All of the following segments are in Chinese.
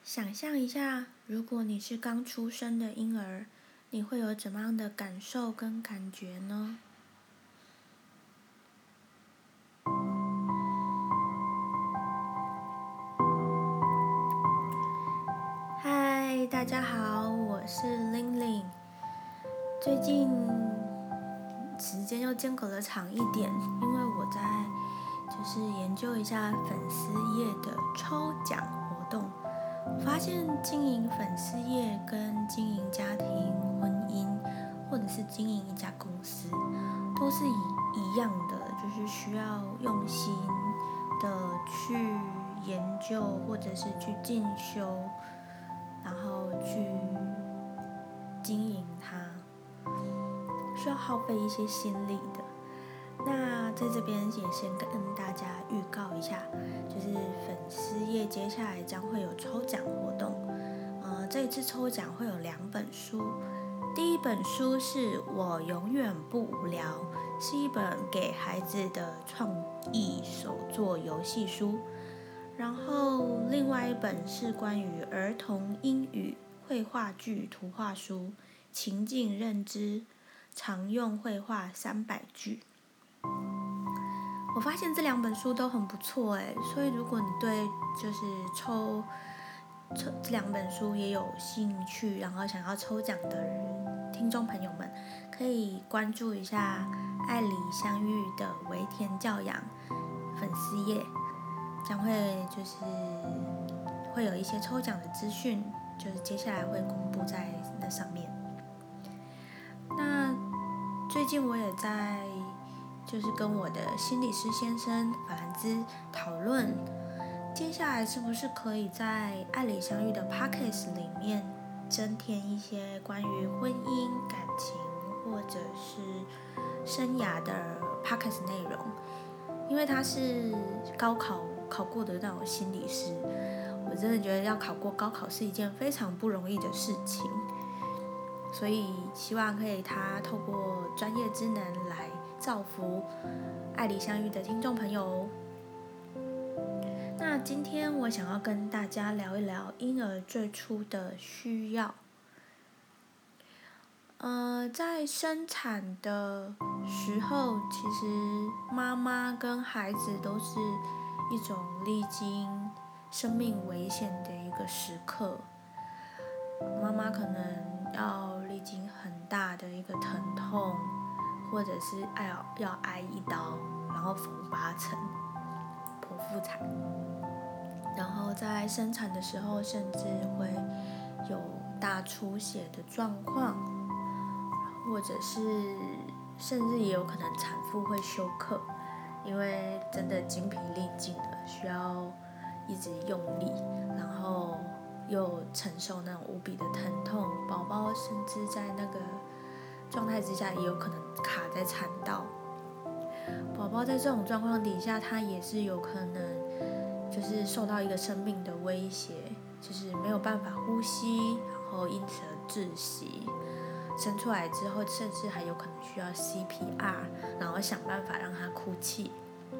想象一下，如果你是刚出生的婴儿，你会有怎么样的感受跟感觉呢？嗨，大家好，我是玲玲。最近时间又间隔了长一点，因为我在研究一下粉丝页的抽奖活动。我发现经营粉丝页跟经营家庭、婚姻，或者是经营一家公司，都是一样的，就是需要用心的去研究，或者是去进修，然后去经营它，需要耗费一些心力的。那在这边也先跟大家预告一下，就是粉丝页接下来将会有抽奖活动。这一次抽奖会有2本书，第一本书是我永远不无聊，是一本给孩子的创意手作游戏书。然后另外一本是关于儿童英语绘画剧图画书，情境认知常用绘画300句。我发现这2本书都很不错所以如果你对抽这2本书也有兴趣，然后想要抽奖的听众朋友们，可以关注一下爱里相遇的微甜教养粉丝页，将会会有一些抽奖的资讯，就是接下来会公布在那上面。那最近我也在跟我的心理师先生法兰兹讨论，接下来是不是可以在爱里相遇的 Podcast 里面增添一些关于婚姻、感情或者是生涯的 Podcast 内容，因为他是高考考过的那种心理师，我真的觉得要考过高考是一件非常不容易的事情，所以希望可以他透过专业之能来造福爱里相遇的听众朋友。那今天我想要跟大家聊一聊婴儿最初的需要。在生产的时候，其实妈妈跟孩子都是一种历经生命危险的一个时刻。妈妈可能要历经很大的一个疼痛，或者是要挨一刀，然后缝8层，剖腹产。然后在生产的时候，甚至会有大出血的状况，或者是甚至也有可能产妇会休克，因为真的精疲力尽了，需要一直用力，然后又承受那种无比的疼痛，宝宝甚至在那个状态之下也有可能卡在产道。宝宝在这种状况底下，他也是有可能受到一个生命的威胁，没有办法呼吸，然后因此而窒息。生出来之后，甚至还有可能需要 CPR， 然后想办法让他哭泣。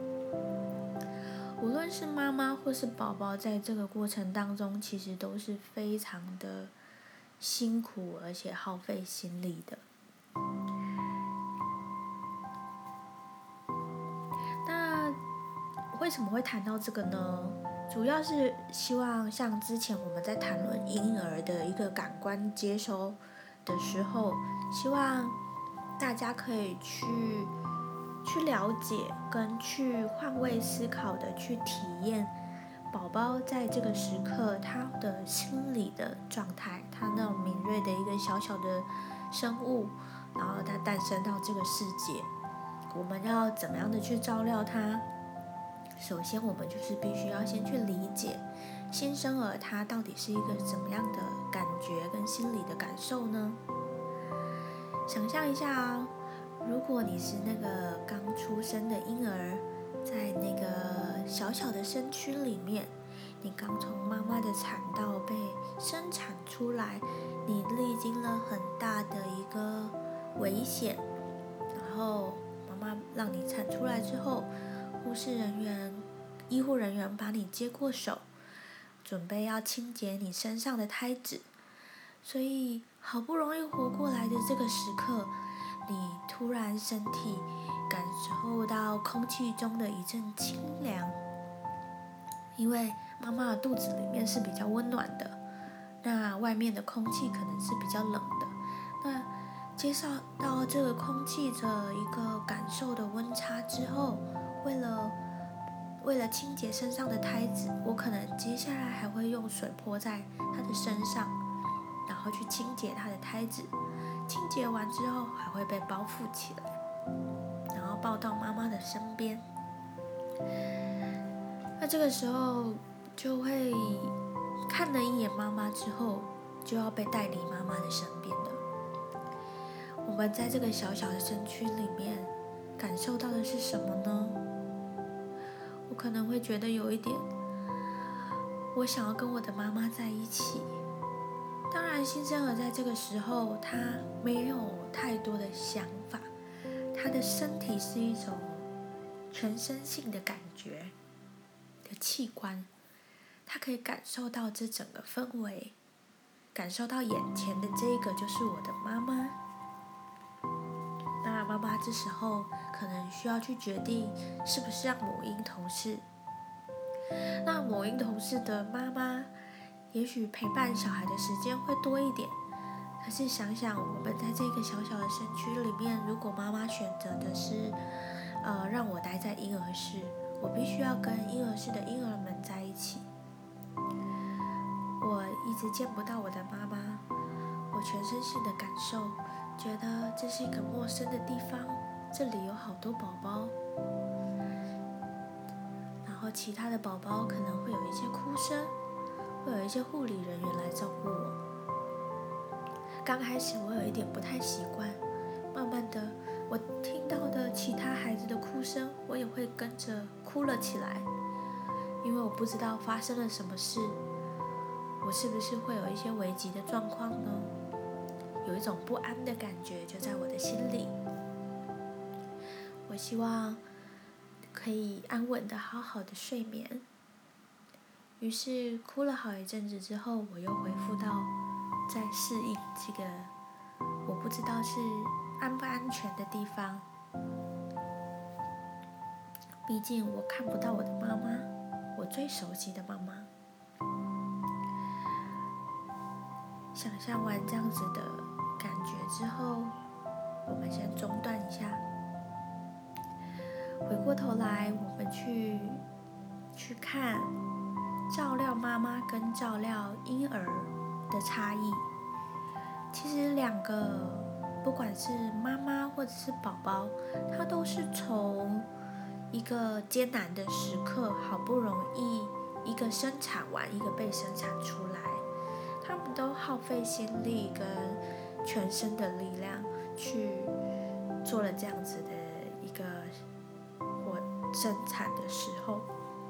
无论是妈妈或是宝宝，在这个过程当中，其实都是非常的辛苦，而且耗费心力的。那为什么会谈到这个呢？主要是希望像之前我们在谈论婴儿的一个感官接收的时候，希望大家可以去了解跟去换位思考的去体验宝宝在这个时刻他的心理的状态，他那种敏锐的一个小小的生物，然后他诞生到这个世界，我们要怎么样的去照料他？首先我们必须要先去理解新生儿他到底是一个怎么样的感觉跟心理的感受呢？想象一下如果你是那个刚出生的婴儿，在那个小小的身躯里面，你刚从妈妈的产道被生产出来，你历经了很大的一个危险，然后妈妈让你产出来之后，医护人员把你接过手， 准备要清洁你身上的胎脂，所以好不容易活过来的这个时刻，你突然身体感受到空气中的一阵清凉，因为妈妈的肚子里面是比较温暖的，那外面的空气可能是比较冷的，那接受到这个空气的一个感受的温差之后，为了清洁身上的胎脂，我可能接下来还会用水泼在她的身上，然后去清洁她的胎脂，清洁完之后还会被包覆起来，然后抱到妈妈的身边。那这个时候就会看了一眼妈妈之后，就要被带离妈妈的身边了。我们在这个小小的身躯里面感受到的是什么呢？我可能会觉得有一点，我想要跟我的妈妈在一起。当然，新生儿在这个时候他没有太多的想法，他的身体是一种全身性的感觉的器官，他可以感受到这整个氛围，感受到眼前的这一个就是我的妈妈。那妈妈这时候可能需要去决定是不是让母婴同事。那母婴同事的妈妈也许陪伴小孩的时间会多一点，可是想想我们在这个小小的身躯里面，如果妈妈选择的是让我待在婴儿室，我必须要跟婴儿室的婴儿们在一起。我一直见不到我的妈妈，我全身性的感受，觉得这是一个陌生的地方，这里有好多宝宝，然后其他的宝宝可能会有一些哭声，会有一些护理人员来照顾我。刚开始我有一点不太习惯，慢慢的我听到的其他孩子的哭声，我也会跟着哭了起来，因为我不知道发生了什么事，我是不是会有一些危急的状况呢？有一种不安的感觉就在我的心里。我希望可以安稳的好好的睡眠。于是哭了好一阵子之后，我又恢复到在适应这个我不知道是安不安全的地方。毕竟我看不到我的妈妈，我最熟悉的妈妈。想象完这样子的感觉之后，我们先中断一下，回过头来我们去看照料妈妈跟照料婴儿的差异。其实两个不管是妈妈或者是宝宝，他都是从一个艰难的时刻，好不容易一个生产完，一个被生产出来，他们都耗费心力跟全身的力量去做了这样子的一个生产的时候，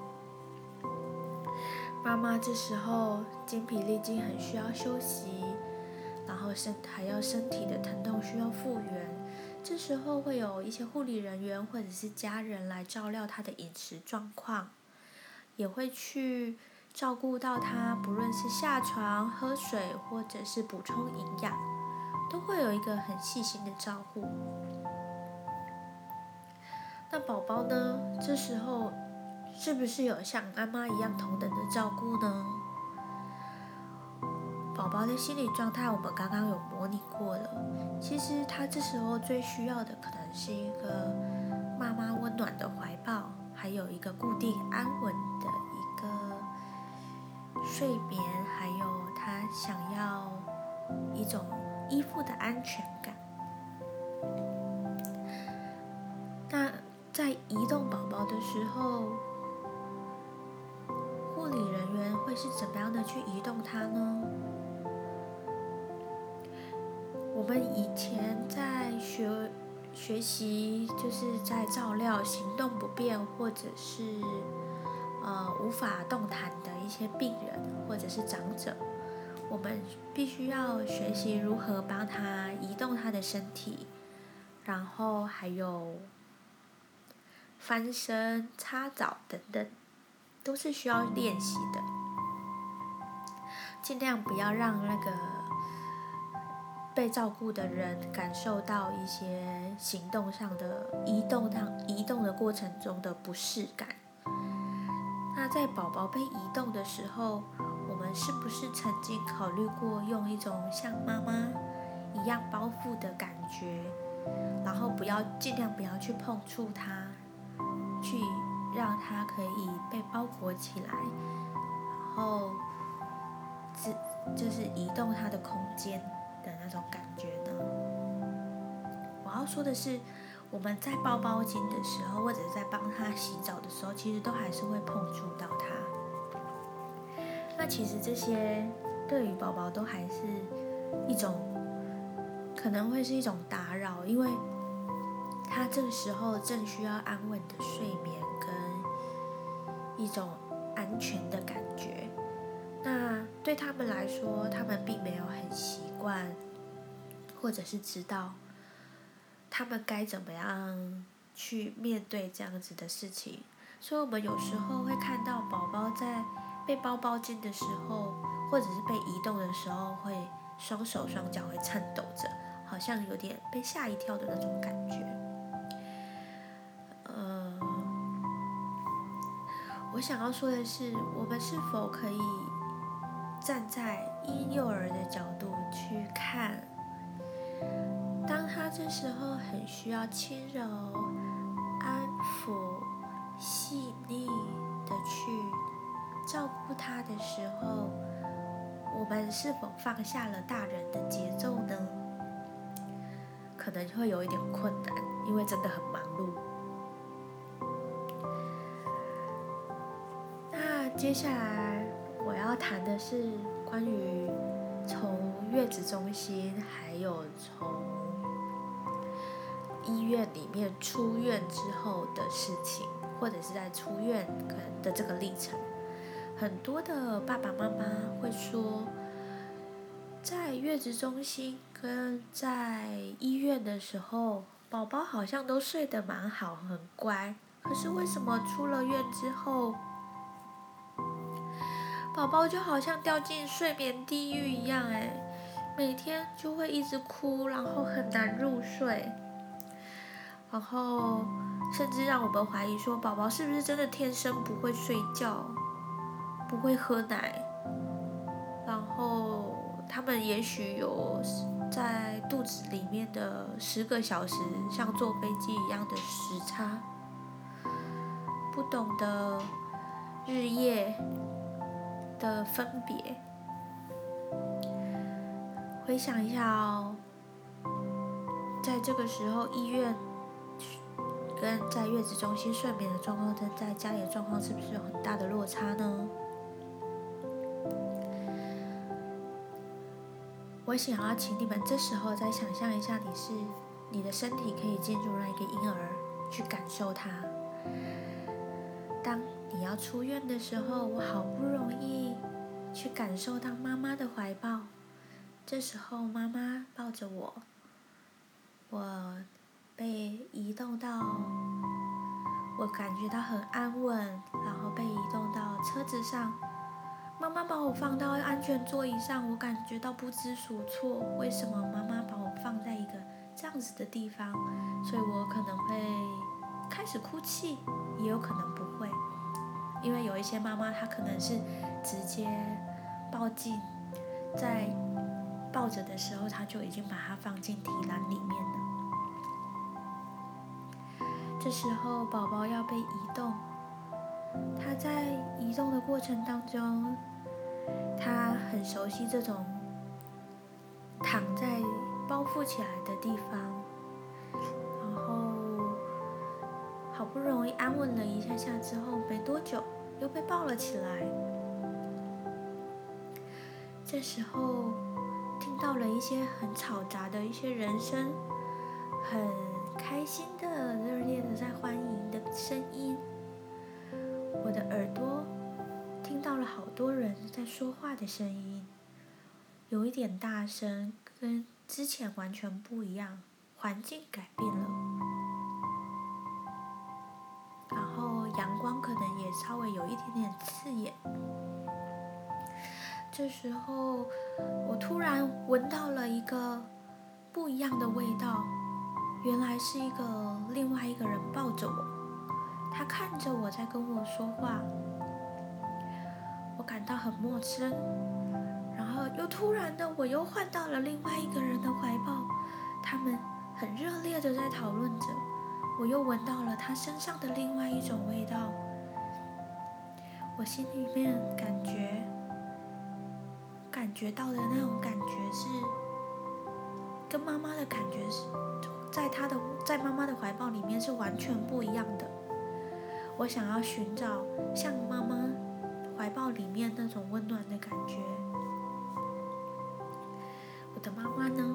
妈妈这时候精疲力尽，很需要休息，然后还要身体的疼痛需要复原，这时候会有一些护理人员或者是家人来照料她的饮食状况，也会去照顾到她，不论是下床、喝水或者是补充营养，都会有一个很细心的照顾。那宝宝呢？这时候是不是有像妈妈一样同等的照顾呢？宝宝的心理状态我们刚刚有模拟过了，其实他这时候最需要的可能是一个妈妈温暖的怀抱，还有一个固定安稳的一个睡眠，还有他想要一种依附的安全感。那在移动宝宝的时候，护理人员会是怎么样的去移动它呢？我们以前在学习，就是在照料行动不便或者是无法动弹的一些病人或者是长者，我们必须要学习如何帮他移动他的身体，然后还有翻身、擦澡等等，都是需要练习的。 尽量不要让那个被照顾的人感受到一些行动上的移动的过程中的不适感。那在宝宝被移动的时候，我们是不是曾经考虑过用一种像妈妈一样包覆的感觉，然后尽量不要去碰触它，去让它可以被包裹起来，然后就是移动它的空间的那种感觉呢？我要说的是，我们在包包巾的时候，或者是在帮他洗澡的时候，其实都还是会碰触到他。那其实这些对于宝宝都还是一种，可能会是一种打扰，因为他这个时候正需要安稳的睡眠跟一种安全的感觉。那对他们来说，他们并没有很习惯，或者是知道他们该怎么样去面对这样子的事情。所以我们有时候会看到宝宝在被包包巾的时候，或者是被移动的时候，会双手双脚会颤抖着，好像有点被吓一跳的那种感觉。我想要说的是，我们是否可以站在婴幼儿的角度去看，当他这时候很需要轻柔、安抚、细腻的去照顾他的时候，我们是否放下了大人的节奏呢？可能会有一点困难，因为真的很忙碌。那接下来我要谈的是关于从月子中心还有从医院里面出院之后的事情，或者是在出院的这个历程。很多的爸爸妈妈会说，在月子中心跟在医院的时候，宝宝好像都睡得蛮好，很乖。可是为什么出了院之后，宝宝就好像掉进睡眠地狱一样，每天就会一直哭，然后很难入睡，然后甚至让我们怀疑说，宝宝是不是真的天生不会睡觉，不会喝奶，然后他们也许有在肚子里面的10个小时像坐飞机一样的时差，不懂得日夜的分别。回想一下哦，在这个时候医院跟在月子中心睡眠的状况跟在家里的状况是不是有很大的落差呢？我想要请你们这时候再想象一下，你的身体可以进入那一个婴儿，去感受它。当你要出院的时候，我好不容易去感受到妈妈的怀抱，这时候妈妈抱着我，我被移动到，我感觉到很安稳，然后被移动到车子上。妈妈把我放到安全座椅上，我感觉到不知所措。为什么妈妈把我放在一个这样子的地方？所以我可能会开始哭泣，也有可能不会。因为有一些妈妈她可能是直接抱进，在抱着的时候，她就已经把它放进提篮里面了。这时候宝宝要被移动，他在移动的过程当中，他很熟悉这种躺在包覆起来的地方，然后好不容易安稳了一下下之后，没多久又被抱了起来。这时候听到了一些很嘈杂的一些人声，很开心的热烈的在欢迎的声音，我的耳朵听到了好多人在说话的声音，有一点大声，跟之前完全不一样，环境改变了，然后阳光可能也稍微有一点点刺眼。 这时候我突然闻到了一个不一样的味道，原来是另外一个人抱着我，他看着我在跟我说话，我感到很陌生，然后又突然的我又换到了另外一个人的怀抱，他们很热烈的在讨论着，我又闻到了他身上的另外一种味道，我心里面感觉到的那种感觉是跟妈妈的感觉是在妈妈的怀抱里面是完全不一样的。我想要寻找像妈妈怀抱里面那种温暖的感觉。我的妈妈呢，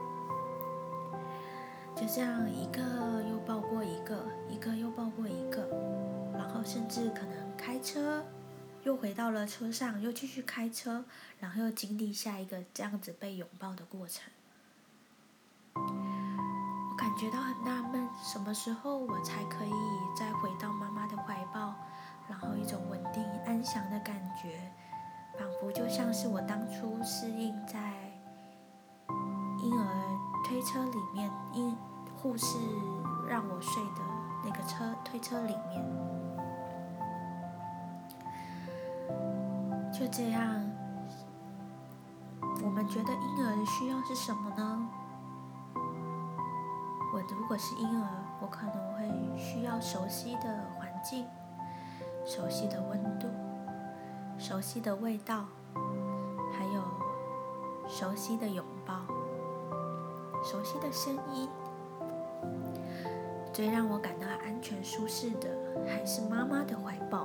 就这样一个又抱过一个，一个又抱过一个，然后甚至可能开车又回到了车上，又继续开车，然后又经历下一个这样子被拥抱的过程。我感觉到很纳闷，什么时候我才可以再回到妈妈的怀抱，然后一种稳定安详的感觉，仿佛就像是我当初适应在婴儿推车里面，护士让我睡的那个推车里面。就这样，我们觉得婴儿的需要是什么呢？我如果是婴儿，我可能会需要熟悉的环境、熟悉的温度、熟悉的味道，还有熟悉的拥抱、熟悉的声音。最让我感到安全舒适的还是妈妈的怀抱。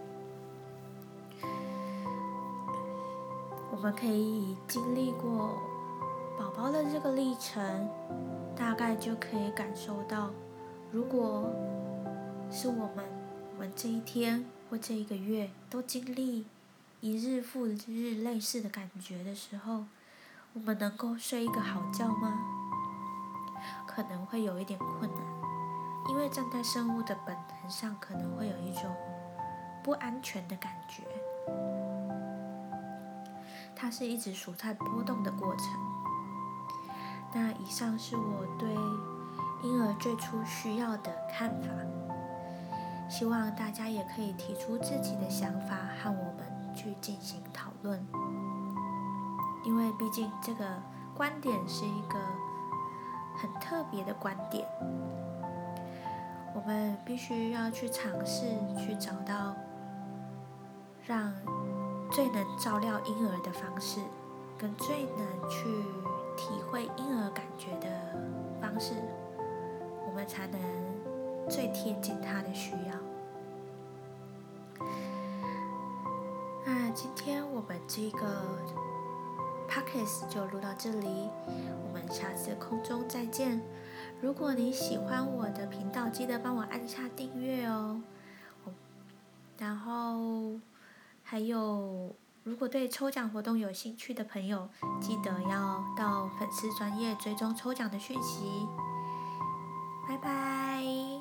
我们可以经历过宝宝的这个历程，大概就可以感受到，如果是我们这一天或这一个月都经历一日复日类似的感觉的时候，我们能够睡一个好觉吗？可能会有一点困难，因为站在生物的本能上，可能会有一种不安全的感觉。它是一直处在波动的过程。那以上是我对婴儿最初需要的看法，希望大家也可以提出自己的想法和我们去进行讨论，因为毕竟这个观点是一个很特别的观点，我们必须要去尝试去找到让最能照料婴儿的方式，跟最能去体会婴儿感觉的方式，我们才能最贴近他的需要。那今天我们这个 podcast 就录到这里，我们下次空中再见。如果你喜欢我的频道，记得帮我按下订阅哦。然后还有，如果对抽奖活动有兴趣的朋友，记得要到粉丝专页追踪抽奖的讯息。拜拜。